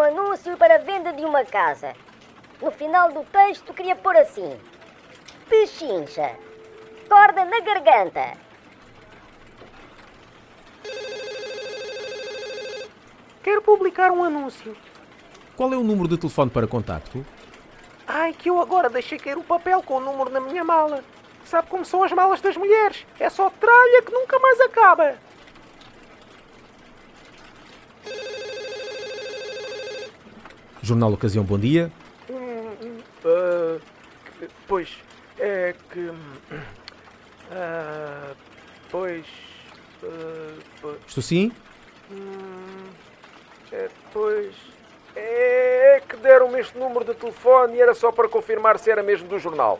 um anúncio para a venda de uma casa. No final do texto queria pôr assim: pechincha, corda na garganta. Quero publicar um anúncio. Qual é o número de telefone para contacto? Ai, que eu agora deixei cair o papel com o número na minha mala. Sabe como são as malas das mulheres? É só tralha que nunca mais acaba. Jornal Ocasião, bom dia. Pois, é que... pois... Estou sim? Pois... É que deram-me este número de telefone e era só para confirmar se era mesmo do jornal.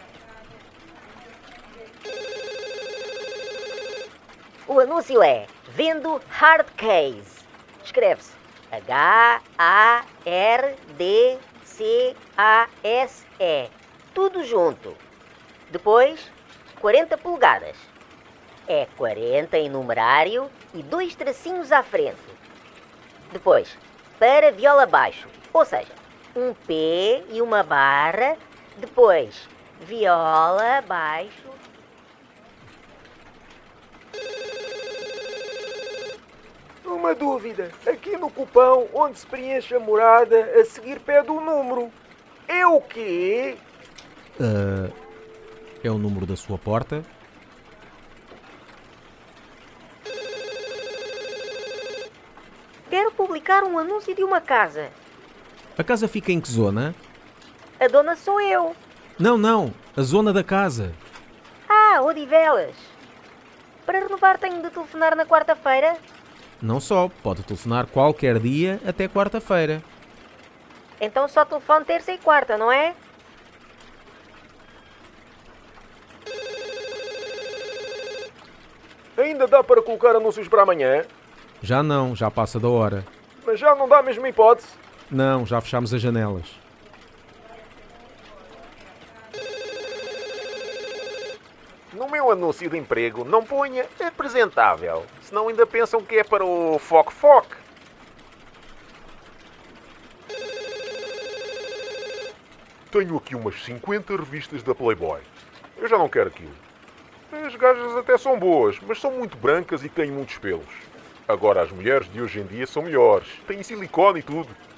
O anúncio é: vendo hard case. Escreve-se HARDCASE. Tudo junto. Depois, 40 polegadas. É 40 em numerário e 2 tracinhos à frente. Depois, para viola baixo, ou seja, um P e uma barra. Depois, viola baixo. Uma dúvida. Aqui no cupão, onde se preenche a morada, a seguir pede o número. É o quê? É o número da sua porta? Quero publicar um anúncio de uma casa. A casa fica em que zona? A dona sou eu. Não, a zona da casa. Odivelas. Para renovar tenho de telefonar na quarta-feira? Não só, pode telefonar qualquer dia até quarta-feira. Então só telefone terça e quarta, não é? Ainda dá para colocar anúncios para amanhã? Já não, já passa da hora. Mas já não dá a mesma hipótese? Não, já fechámos as janelas. No meu anúncio de emprego, não ponha apresentável. Senão ainda pensam que é para o foque-foque. Tenho aqui umas 50 revistas da Playboy. Eu já não quero aquilo. As gajas até são boas, mas são muito brancas e têm muitos pelos. Agora as mulheres de hoje em dia são melhores. Têm silicone e tudo.